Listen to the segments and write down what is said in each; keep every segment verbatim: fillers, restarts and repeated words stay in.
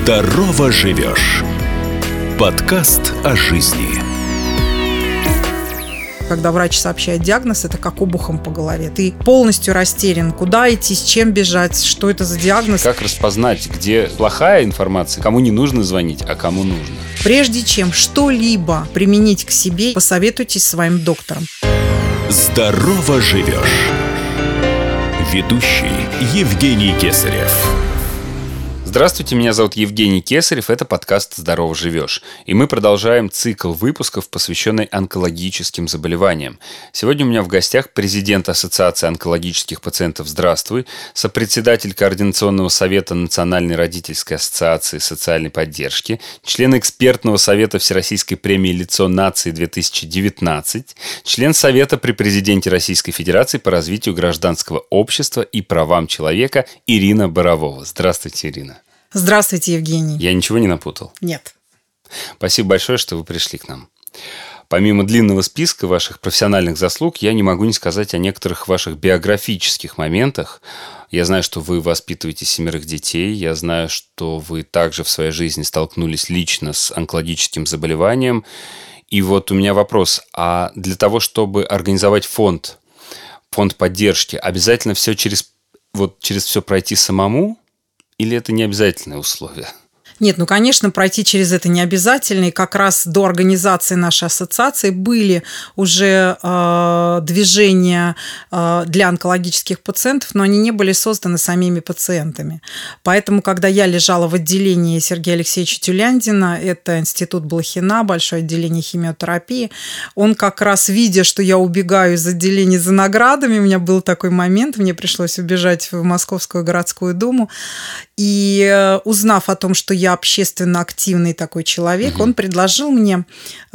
Здорово живешь. Подкаст о жизни. Когда врач сообщает диагноз, это как обухом по голове. Ты полностью растерян. Куда идти, с чем бежать, что это за диагноз? Как распознать, где плохая информация, кому не нужно звонить, а кому нужно? Прежде чем что-либо применить к себе, посоветуйтесь с своим доктором. Здорово живешь. Ведущий Евгений Кесарев. Здравствуйте, меня зовут Евгений Кесарев, это подкаст «Здорово живешь». И мы продолжаем цикл выпусков, посвященный онкологическим заболеваниям. Сегодня у меня в гостях президент Ассоциации онкологических пациентов «Здравствуй», сопредседатель Координационного совета Национальной родительской ассоциации социальной поддержки, член экспертного совета Всероссийской премии «Лицо нации-две тысячи девятнадцать», член Совета при президенте Российской Федерации по развитию гражданского общества и правам человека Ирина Боровова. Здравствуйте, Ирина. Здравствуйте, Евгений. Я ничего не напутал? Нет. Спасибо большое, что вы пришли к нам. Помимо длинного списка ваших профессиональных заслуг, я не могу не сказать о некоторых ваших биографических моментах. Я знаю, что вы воспитываете семерых детей. Я знаю, что вы также в своей жизни столкнулись лично с онкологическим заболеванием. И вот у меня вопрос. А для того, чтобы организовать фонд, фонд поддержки, обязательно все через, вот, через все пройти самому? Или это не обязательное условие? Нет, ну, конечно, пройти через это не обязательно. И как раз до организации нашей ассоциации были уже э, движения э, для онкологических пациентов, но они не были созданы самими пациентами. Поэтому, когда я лежала в отделении Сергея Алексеевича Тюляндина, это институт Блохина, большое отделение химиотерапии, он как раз, видя, что я убегаю из отделения за наградами, у меня был такой момент, мне пришлось убежать в Московскую городскую думу, и э, узнав о том, что я общественно активный такой человек, угу. он предложил мне,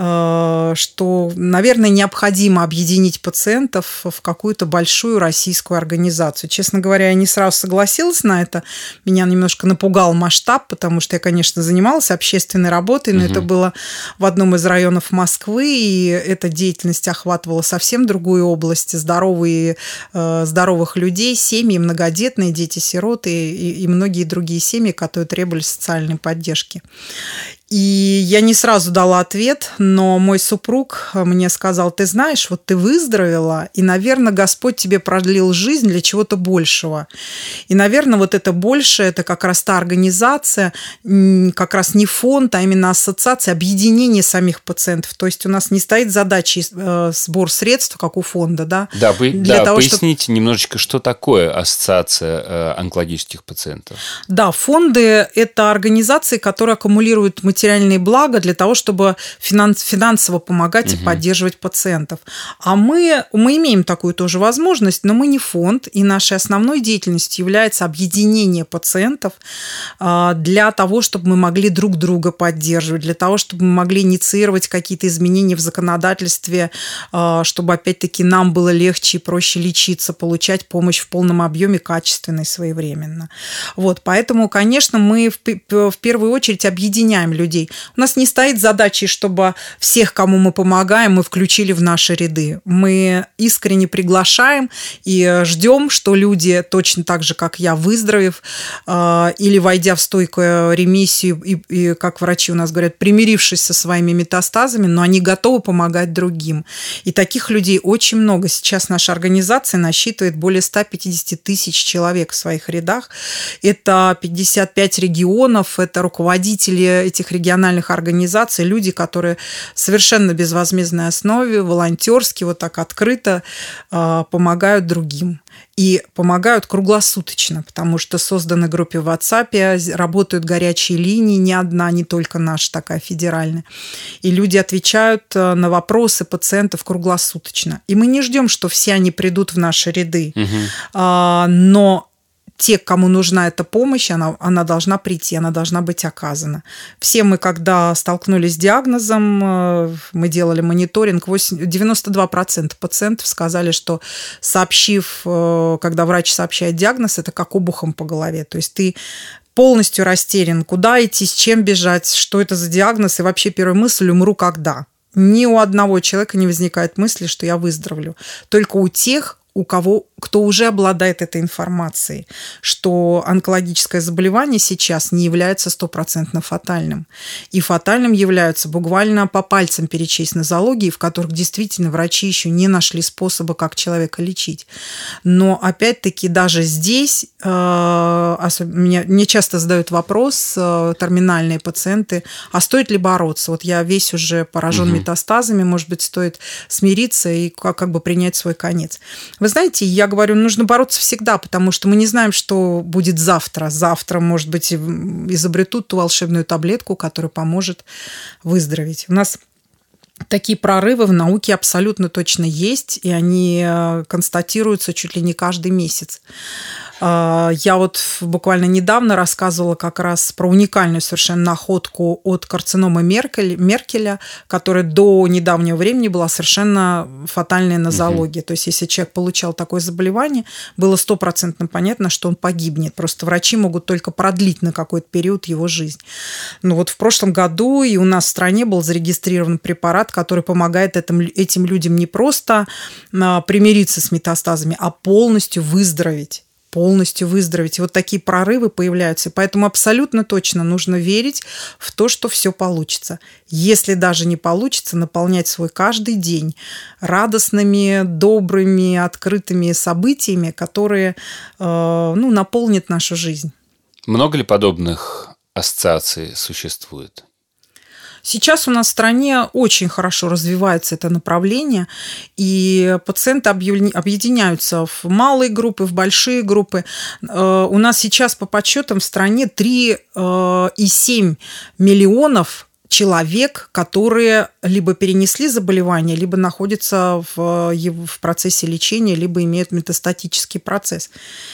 э, что, наверное, необходимо объединить пациентов в какую-то большую российскую организацию. Честно говоря, я не сразу согласилась на это. Меня немножко напугал масштаб, потому что я, конечно, занималась общественной работой, но угу. это было в одном из районов Москвы, и эта деятельность охватывала совсем другую область. Здоровые, э, здоровых людей, семьи, многодетные, дети-сироты и, и многие другие семьи, которые требовали социальной поддержки. И я не сразу дала ответ, но мой супруг мне сказал: ты знаешь, вот ты выздоровела, и, наверное, Господь тебе продлил жизнь для чего-то большего. И, наверное, вот это большее, это как раз та организация, как раз не фонд, а именно ассоциация, объединение самих пациентов. То есть у нас не стоит задача сбор средств, как у фонда, да? Да, вы, для да того, поясните чтобы... немножечко, что такое ассоциация э, онкологических пациентов. Да, фонды – это организации, которые аккумулируют материалы, материальные блага для того, чтобы финанс, финансово помогать угу. и поддерживать пациентов. А мы, мы имеем такую тоже возможность, но мы не фонд, и нашей основной деятельностью является объединение пациентов для того, чтобы мы могли друг друга поддерживать, для того, чтобы мы могли инициировать какие-то изменения в законодательстве, чтобы, опять-таки, нам было легче и проще лечиться, получать помощь в полном объеме, качественно и своевременно. Вот, поэтому, конечно, мы в, в первую очередь объединяем людей. У нас не стоит задачей, чтобы всех, кому мы помогаем, мы включили в наши ряды. Мы искренне приглашаем и ждем, что люди, точно так же, как я, выздоровев или войдя в стойкую ремиссию, и, и, как врачи у нас говорят, примирившись со своими метастазами, но они готовы помогать другим. И таких людей очень много. Сейчас наша организация насчитывает более ста пятидесяти тысяч человек в своих рядах. Это пятьдесят пять регионов, это руководители этих регионов, региональных организаций, люди, которые совершенно безвозмездной основе, волонтерски, вот так открыто э, помогают другим. И помогают круглосуточно, потому что созданы группы в WhatsApp, работают горячие линии, не одна, не только наша такая федеральная. И люди отвечают на вопросы пациентов круглосуточно. И мы не ждем, что все они придут в наши ряды. Угу. А, но те, кому нужна эта помощь, она, она должна прийти, она должна быть оказана. Все мы, когда столкнулись с диагнозом, мы делали мониторинг, девяносто два процента пациентов сказали, что сообщив, когда врач сообщает диагноз, это как обухом по голове. То есть ты полностью растерян, куда идти, с чем бежать, что это за диагноз, и вообще первая мысль: умру когда? Ни у одного человека не возникает мысли, что я выздоровлю. Только у тех, у кого кто уже обладает этой информацией, что онкологическое заболевание сейчас не является стопроцентно фатальным. И фатальным являются буквально по пальцам перечесть нозологии, в которых действительно врачи еще не нашли способа, как человека лечить. Но опять-таки даже здесь э, особенно, мне, мне часто задают вопрос э, терминальные пациенты, а стоит ли бороться? Вот я весь уже поражен угу. метастазами, может быть, стоит смириться и как, как бы принять свой конец. Вы знаете, я говорю, нужно бороться всегда, потому что мы не знаем, что будет завтра. Завтра, может быть, изобретут ту волшебную таблетку, которая поможет выздороветь. У нас такие прорывы в науке абсолютно точно есть, и они констатируются чуть ли не каждый месяц. Я вот буквально недавно рассказывала как раз про уникальную совершенно находку от карциномы Меркель, Меркеля, которая до недавнего времени была совершенно фатальной нозологией. Угу. То есть, если человек получал такое заболевание, было стопроцентно понятно, что он погибнет. Просто врачи могут только продлить на какой-то период его жизнь. Но вот в прошлом году и у нас в стране был зарегистрирован препарат, который помогает этим, этим людям не просто примириться с метастазами, а полностью выздороветь. полностью выздороветь. И вот такие прорывы появляются. Поэтому абсолютно точно нужно верить в то, что все получится. Если даже не получится, наполнять свой каждый день радостными, добрыми, открытыми событиями, которые э, ну, наполнят нашу жизнь. Много ли подобных ассоциаций существует? Сейчас у нас в стране очень хорошо развивается это направление, и пациенты объединяются в малые группы, в большие группы. У нас сейчас по подсчетам в стране три целых семь миллионов человек, которые либо перенесли заболевание, либо находятся в, в процессе лечения, либо имеют метастатический процесс.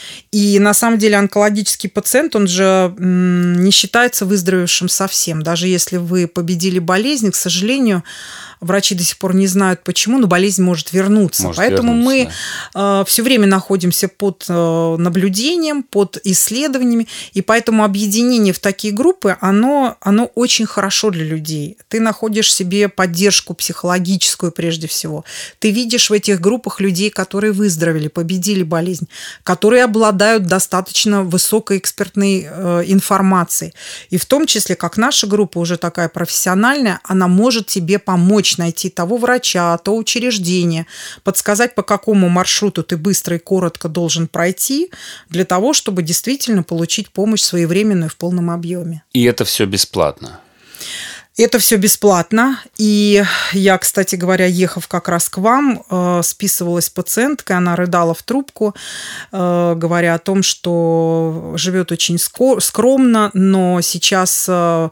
И на самом деле онкологический пациент, он же не считается выздоровевшим совсем. Даже если вы победили болезнь, к сожалению, врачи до сих пор не знают почему, но болезнь может вернуться. Может Поэтому вернуться, мы да. все время находимся под наблюдением, под исследованиями, и поэтому объединение в такие группы, оно, оно очень хорошо для людей. Ты находишь себе поддержку психологическую прежде всего. Ты видишь в этих группах людей, которые выздоровели, победили болезнь, которые обладают достаточно высокой экспертной э, информацией. И в том числе, как наша группа уже такая профессиональная, она может тебе помочь найти того врача, то учреждение, подсказать, по какому маршруту ты быстро и коротко должен пройти для того, чтобы действительно получить помощь своевременную в полном объеме. И это все бесплатно? Это все бесплатно. И я, кстати говоря, ехав как раз к вам, списывалась с пациенткой, она рыдала в трубку, говоря о том, что живет очень скромно, но сейчас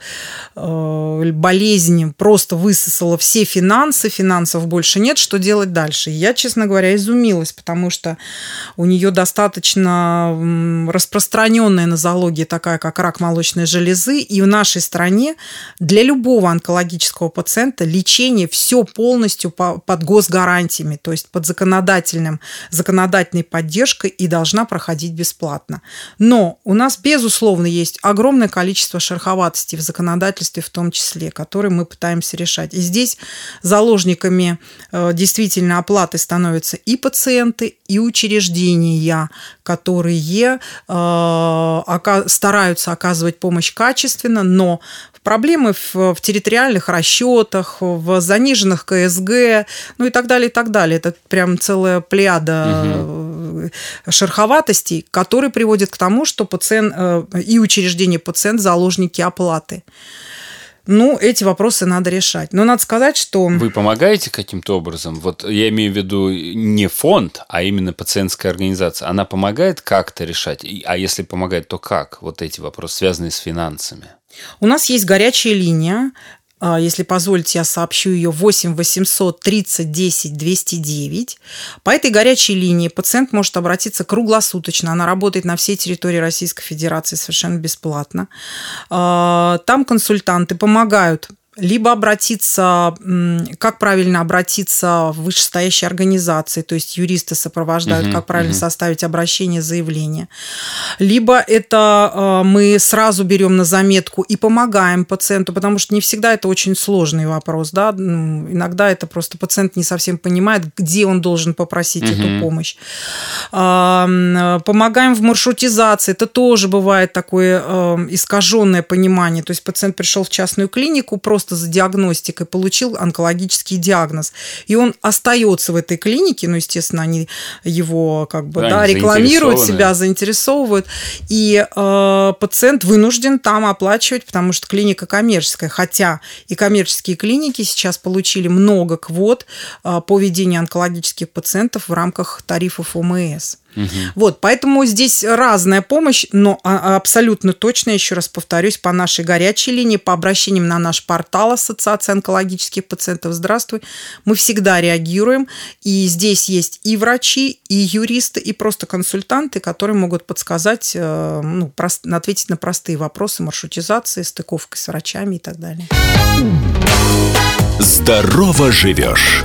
болезнь просто высосала все финансы, финансов больше нет, что делать дальше? И я, честно говоря, изумилась, потому что у нее достаточно распространенная нозология, такая как рак молочной железы, и в нашей стране для любого онкологического пациента лечение все полностью под госгарантиями, то есть под законодательным, законодательной поддержкой и должна проходить бесплатно. Но у нас, безусловно, есть огромное количество шероховатостей в законодательстве в том числе, которые мы пытаемся решать. И здесь заложниками действительно оплаты становятся и пациенты, и учреждения, которые стараются оказывать помощь качественно, но проблемы в, в территориальных расчетах, в заниженных ка эс гэ, ну и так далее, и так далее. Это прям целая плеяда угу. шероховатостей, которые приводят к тому, что пациент и учреждение пациент заложники оплаты. Ну, эти вопросы надо решать. Но надо сказать, что... Вы помогаете каким-то образом? Вот я имею в виду не фонд, а именно пациентская организация. Она помогает как-то решать? А если помогает, то как? Вот эти вопросы, связанные с финансами. У нас есть горячая линия. Если позволите, я сообщу ее: восемь восемьсот тридцать десять двести девять. По этой горячей линии пациент может обратиться круглосуточно. Она работает на всей территории Российской Федерации совершенно бесплатно. Там консультанты помогают либо обратиться, как правильно обратиться в вышестоящие организации, то есть юристы сопровождают, uh-huh, как правильно uh-huh. составить обращение, заявление. Либо это мы сразу берем на заметку и помогаем пациенту, потому что не всегда это очень сложный вопрос, да, иногда это просто пациент не совсем понимает, где он должен попросить uh-huh. эту помощь. Помогаем в маршрутизации, это тоже бывает такое искаженное понимание, то есть пациент пришел в частную клинику, просто за диагностикой, получил онкологический диагноз. И он остается в этой клинике, ну, естественно, они его как бы, да, рекламируют себя, заинтересовывают. И э, пациент вынужден там оплачивать, потому что клиника коммерческая. Хотя и коммерческие клиники сейчас получили много квот э, по ведению онкологических пациентов в рамках тарифов ОМС. Угу. Вот, поэтому здесь разная помощь, но абсолютно точно, еще раз повторюсь, по нашей горячей линии, по обращениям на наш портал Ассоциации онкологических пациентов «Здравствуй», мы всегда реагируем, и здесь есть и врачи, и юристы, и просто консультанты, которые могут подсказать, ну, прост, ответить на простые вопросы маршрутизации, стыковкой с врачами и так далее. Здорово живешь.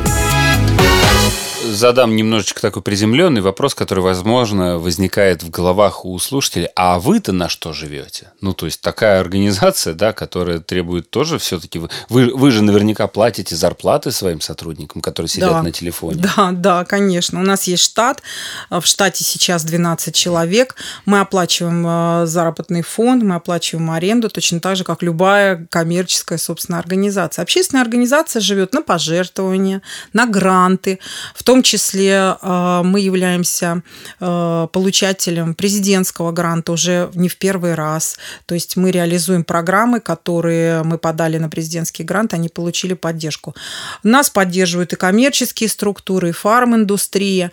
Задам немножечко такой приземленный вопрос, который, возможно, возникает в головах у слушателей. А вы-то на что живете? Ну, то есть, такая организация, да, которая требует тоже все-таки... Вы, вы же наверняка платите зарплаты своим сотрудникам, которые сидят да. на телефоне. Да, да, конечно. У нас есть штат. В штате сейчас двенадцать человек. Мы оплачиваем заработный фонд, мы оплачиваем аренду, точно так же, как любая коммерческая, собственно, организация. Общественная организация живет на пожертвования, на гранты. В том числе мы являемся получателем президентского гранта уже не в первый раз. То есть мы реализуем программы, которые мы подали на президентский грант, они получили поддержку. Нас поддерживают и коммерческие структуры, и фарм-индустрия.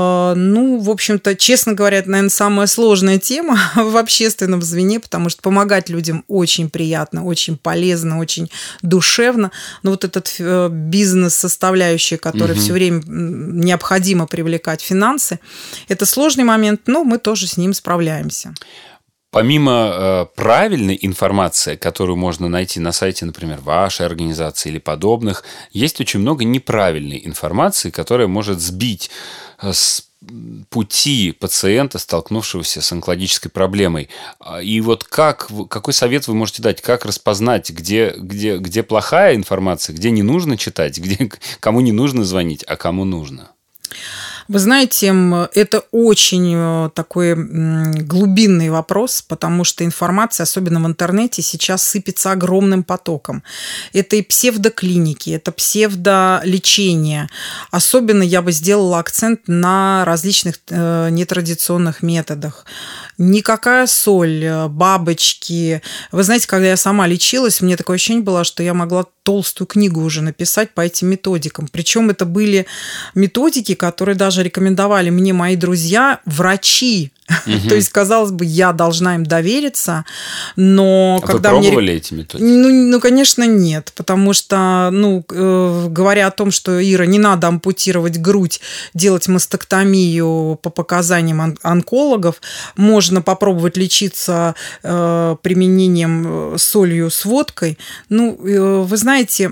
Ну, в общем-то, честно говоря, это, наверное, самая сложная тема в общественном звене, потому что помогать людям очень приятно, очень полезно, очень душевно. Но вот этот бизнес-составляющая, которая угу. все время необходимо привлекать финансы. Это сложный момент, но мы тоже с ним справляемся. Помимо э, правильной информации, которую можно найти на сайте, например, вашей организации или подобных, есть очень много неправильной информации, которая может сбить э, с пути пациента, столкнувшегося с онкологической проблемой. И вот как, какой совет вы можете дать, как распознать, где, где, где плохая информация, где не нужно читать, где, кому не нужно звонить, а кому нужно? Вы знаете, это очень такой глубинный вопрос, потому что информация, особенно в интернете, сейчас сыпется огромным потоком. Это и псевдоклиники, это псевдолечение. Особенно я бы сделала акцент на различных нетрадиционных методах. Никакая соль, бабочки. Вы знаете, когда я сама лечилась, мне такое ощущение было, что я могла толстую книгу уже написать по этим методикам. Причем это были методики, которые даже рекомендовали мне мои друзья, врачи. Угу. То есть, казалось бы, я должна им довериться, но... А когда вы пробовали мне... эти методики? Ну, ну, конечно, нет, потому что, ну, э, говоря о том, что, Ира, не надо ампутировать грудь, делать мастектомию по показаниям он- онкологов, можно попробовать лечиться э, применением солью с водкой. Ну, э, вы знаете...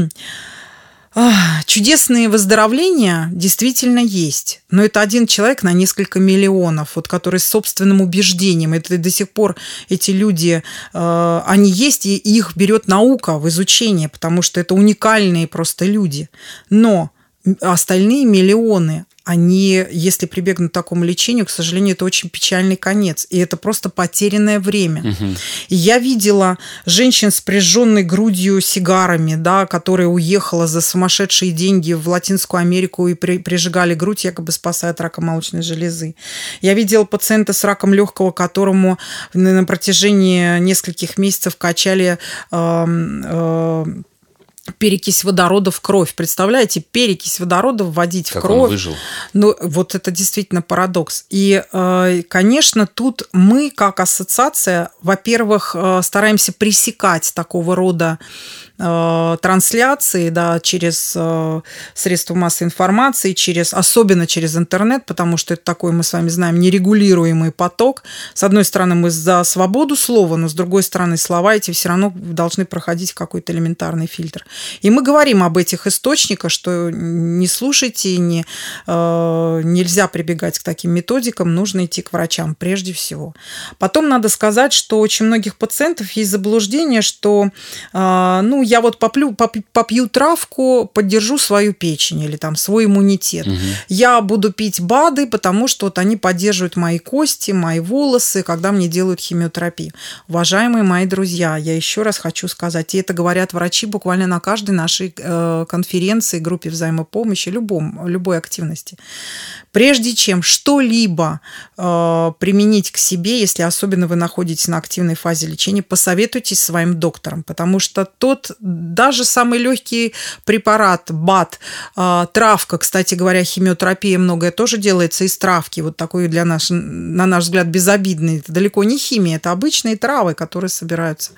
Чудесные выздоровления действительно есть, но это один человек на несколько миллионов, вот, который с собственным убеждением, это до сих пор эти люди, э, они есть, и их берет наука в изучение, потому что это уникальные просто люди. Но остальные миллионы, они, если прибегнут к такому лечению, к сожалению, это очень печальный конец. И это просто потерянное время. Угу. И я видела женщин с прижженной грудью сигарами, да, которая уехала за сумасшедшие деньги в Латинскую Америку и при, прижигали грудь, якобы спасая от рака молочной железы. Я видела пациента с раком легкого, которому на протяжении нескольких месяцев качали... Э, э, перекись водорода в кровь. Представляете, перекись водорода вводить как в кровь. Он выжил. Ну, вот это действительно парадокс. И, конечно, тут мы, как ассоциация, во-первых, стараемся пресекать такого рода э, трансляции, да, через э, средства массовой информации, через, особенно через интернет, потому что это такой, мы с вами знаем, нерегулируемый поток. С одной стороны, мы за свободу слова, но с другой стороны, слова эти все равно должны проходить какой-то элементарный фильтр. И мы говорим об этих источниках, что не слушайте, не, э, нельзя прибегать к таким методикам, нужно идти к врачам прежде всего. Потом надо сказать, что у очень многих пациентов есть заблуждение, что э, ну, я вот поплю, попью, попью травку, поддержу свою печень или там свой иммунитет. Угу. Я буду пить БАДы, потому что вот они поддерживают мои кости, мои волосы, когда мне делают химиотерапию. Уважаемые мои друзья, я еще раз хочу сказать, и это говорят врачи буквально на каждой нашей э, конференции, группе взаимопомощи, любом, любой активности. Прежде чем что-либо э, применить к себе, если особенно вы находитесь на активной фазе лечения, посоветуйтесь с своим доктором, потому что тот, даже самый легкий препарат, БАД, э, травка, кстати говоря, химиотерапия многое тоже делается из травки, вот такой для нас, на наш взгляд, безобидный. Это далеко не химия, это обычные травы, которые собираются.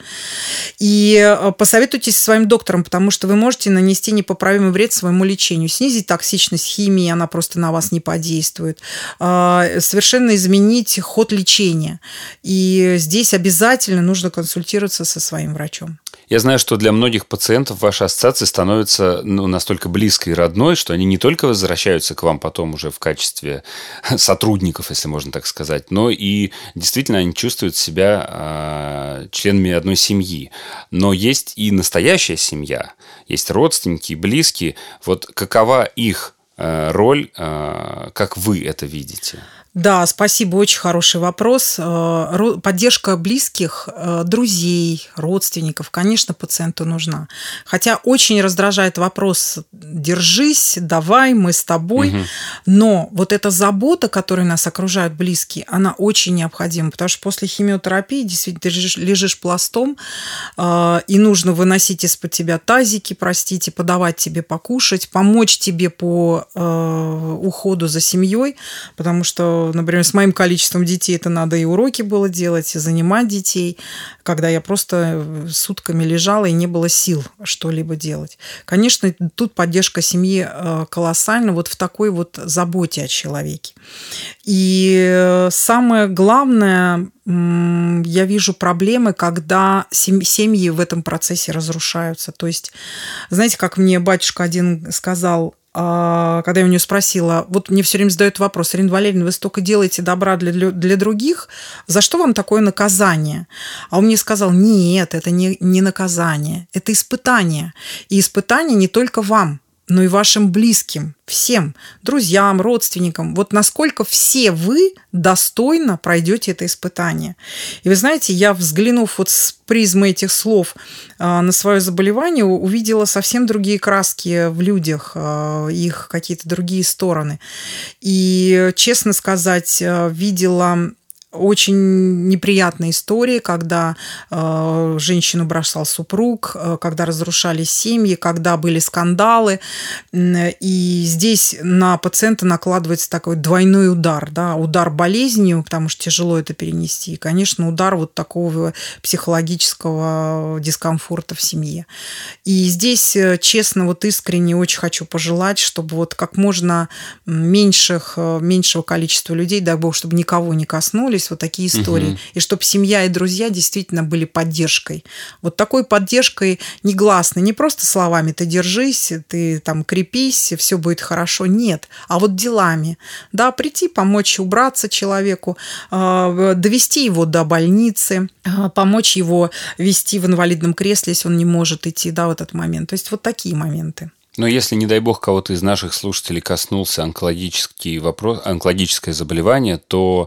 И посоветуйтесь со своим доктором, потому что вы можете нанести непоправимый вред своему лечению, снизить токсичность химии, она просто на вас не подействует, совершенно изменить ход лечения. И здесь обязательно нужно консультироваться со своим врачом. Я знаю, что для многих пациентов ваша ассоциация становится ну, настолько близкой и родной, что они не только возвращаются к вам потом уже в качестве сотрудников, если можно так сказать, но и действительно они чувствуют себя э, членами одной семьи. Но есть и настоящая семья, есть родственники, близкие. Вот какова их э, роль, э, как вы это видите? Да, спасибо, очень хороший вопрос. Поддержка близких, друзей, родственников, конечно, пациенту нужна. Хотя очень раздражает вопрос «держись, давай, мы с тобой». Угу. Но вот эта забота, которой нас окружают близкие, она очень необходима, потому что после химиотерапии действительно ты лежишь, лежишь пластом, и нужно выносить из-под тебя тазики, простите, подавать тебе покушать, помочь тебе по уходу за семьей, потому что, например, с моим количеством детей это надо и уроки было делать, и занимать детей, когда я просто сутками лежала и не было сил что-либо делать. Конечно, тут поддержка семьи колоссальна вот в такой вот заботе о человеке. И самое главное, я вижу проблемы, когда семьи в этом процессе разрушаются. То есть, знаете, как мне батюшка один сказал, когда я у нее спросила, вот мне все время задают вопрос: Ирина Валерьевна, вы столько делаете добра для, для других, за что вам такое наказание? А он мне сказал: нет, это не, не наказание, это испытание. И испытание не только вам, но и вашим близким, всем, друзьям, родственникам. Вот насколько все вы достойно пройдете это испытание. И вы знаете, я, взглянув вот с призмы этих слов на свое заболевание, увидела совсем другие краски в людях, их какие-то другие стороны. И, честно сказать, видела очень неприятные истории, когда э, женщину бросал супруг, э, когда разрушались семьи, когда были скандалы. И здесь на пациента накладывается такой двойной удар. Да? Удар болезнью, потому что тяжело это перенести. И, конечно, удар вот такого психологического дискомфорта в семье. И здесь, честно, вот искренне очень хочу пожелать, чтобы вот как можно меньших, меньшего количества людей, дай бог, чтобы никого не коснулись, вот такие истории. Угу. И чтобы семья и друзья действительно были поддержкой. Вот такой поддержкой негласной, не просто словами «ты держись», «ты там крепись», «все будет хорошо». Нет, а вот делами. Да, прийти, помочь убраться человеку, довести его до больницы, помочь его вести в инвалидном кресле, если он не может идти, да, в этот момент. То есть вот такие моменты. Но если, не дай бог, кого-то из наших слушателей коснулся онкологический вопрос, онкологическое заболевание, то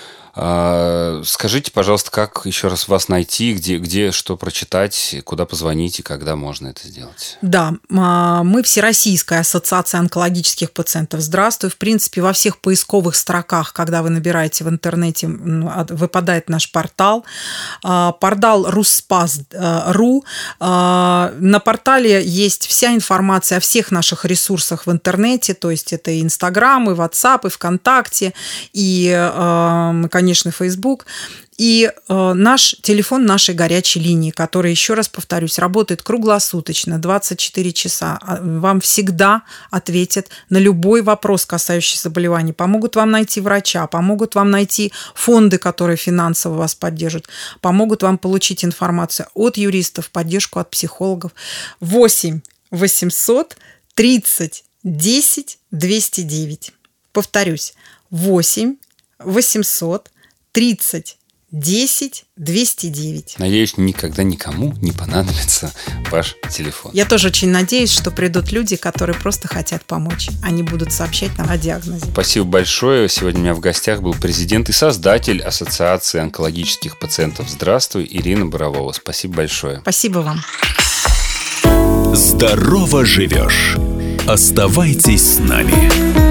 э, скажите, пожалуйста, как еще раз вас найти, где, где что прочитать, куда позвонить и когда можно это сделать? Да, мы Всероссийская ассоциация онкологических пациентов. Здравствуй. В принципе, во всех поисковых строках, когда вы набираете в интернете, выпадает наш портал. Портал Русспас точка ру. На портале есть вся информация о всех наших ресурсах в интернете, то есть это и Инстаграм, и WhatsApp, и ВКонтакте, и, конечно, конечно, Facebook. И э, наш телефон нашей горячей линии, который, еще раз повторюсь, работает круглосуточно, двадцать четыре часа. Вам всегда ответят на любой вопрос, касающийся заболеваний. Помогут вам найти врача, помогут вам найти фонды, которые финансово вас поддержат, помогут вам получить информацию от юристов, поддержку от психологов. восемь восемьсот тридцать десять двести девять. Повторюсь, восемь восемьсот тридцать десять двести девять. Надеюсь, никогда никому не понадобится ваш телефон. Я тоже очень надеюсь, что придут люди, которые просто хотят помочь. Они будут сообщать нам о диагнозе. Спасибо большое. Сегодня у меня в гостях был президент и создатель Ассоциации онкологических пациентов. Здравствуй, Ирина Боровова. Спасибо большое. Спасибо вам. Здорово живешь. Оставайтесь с нами.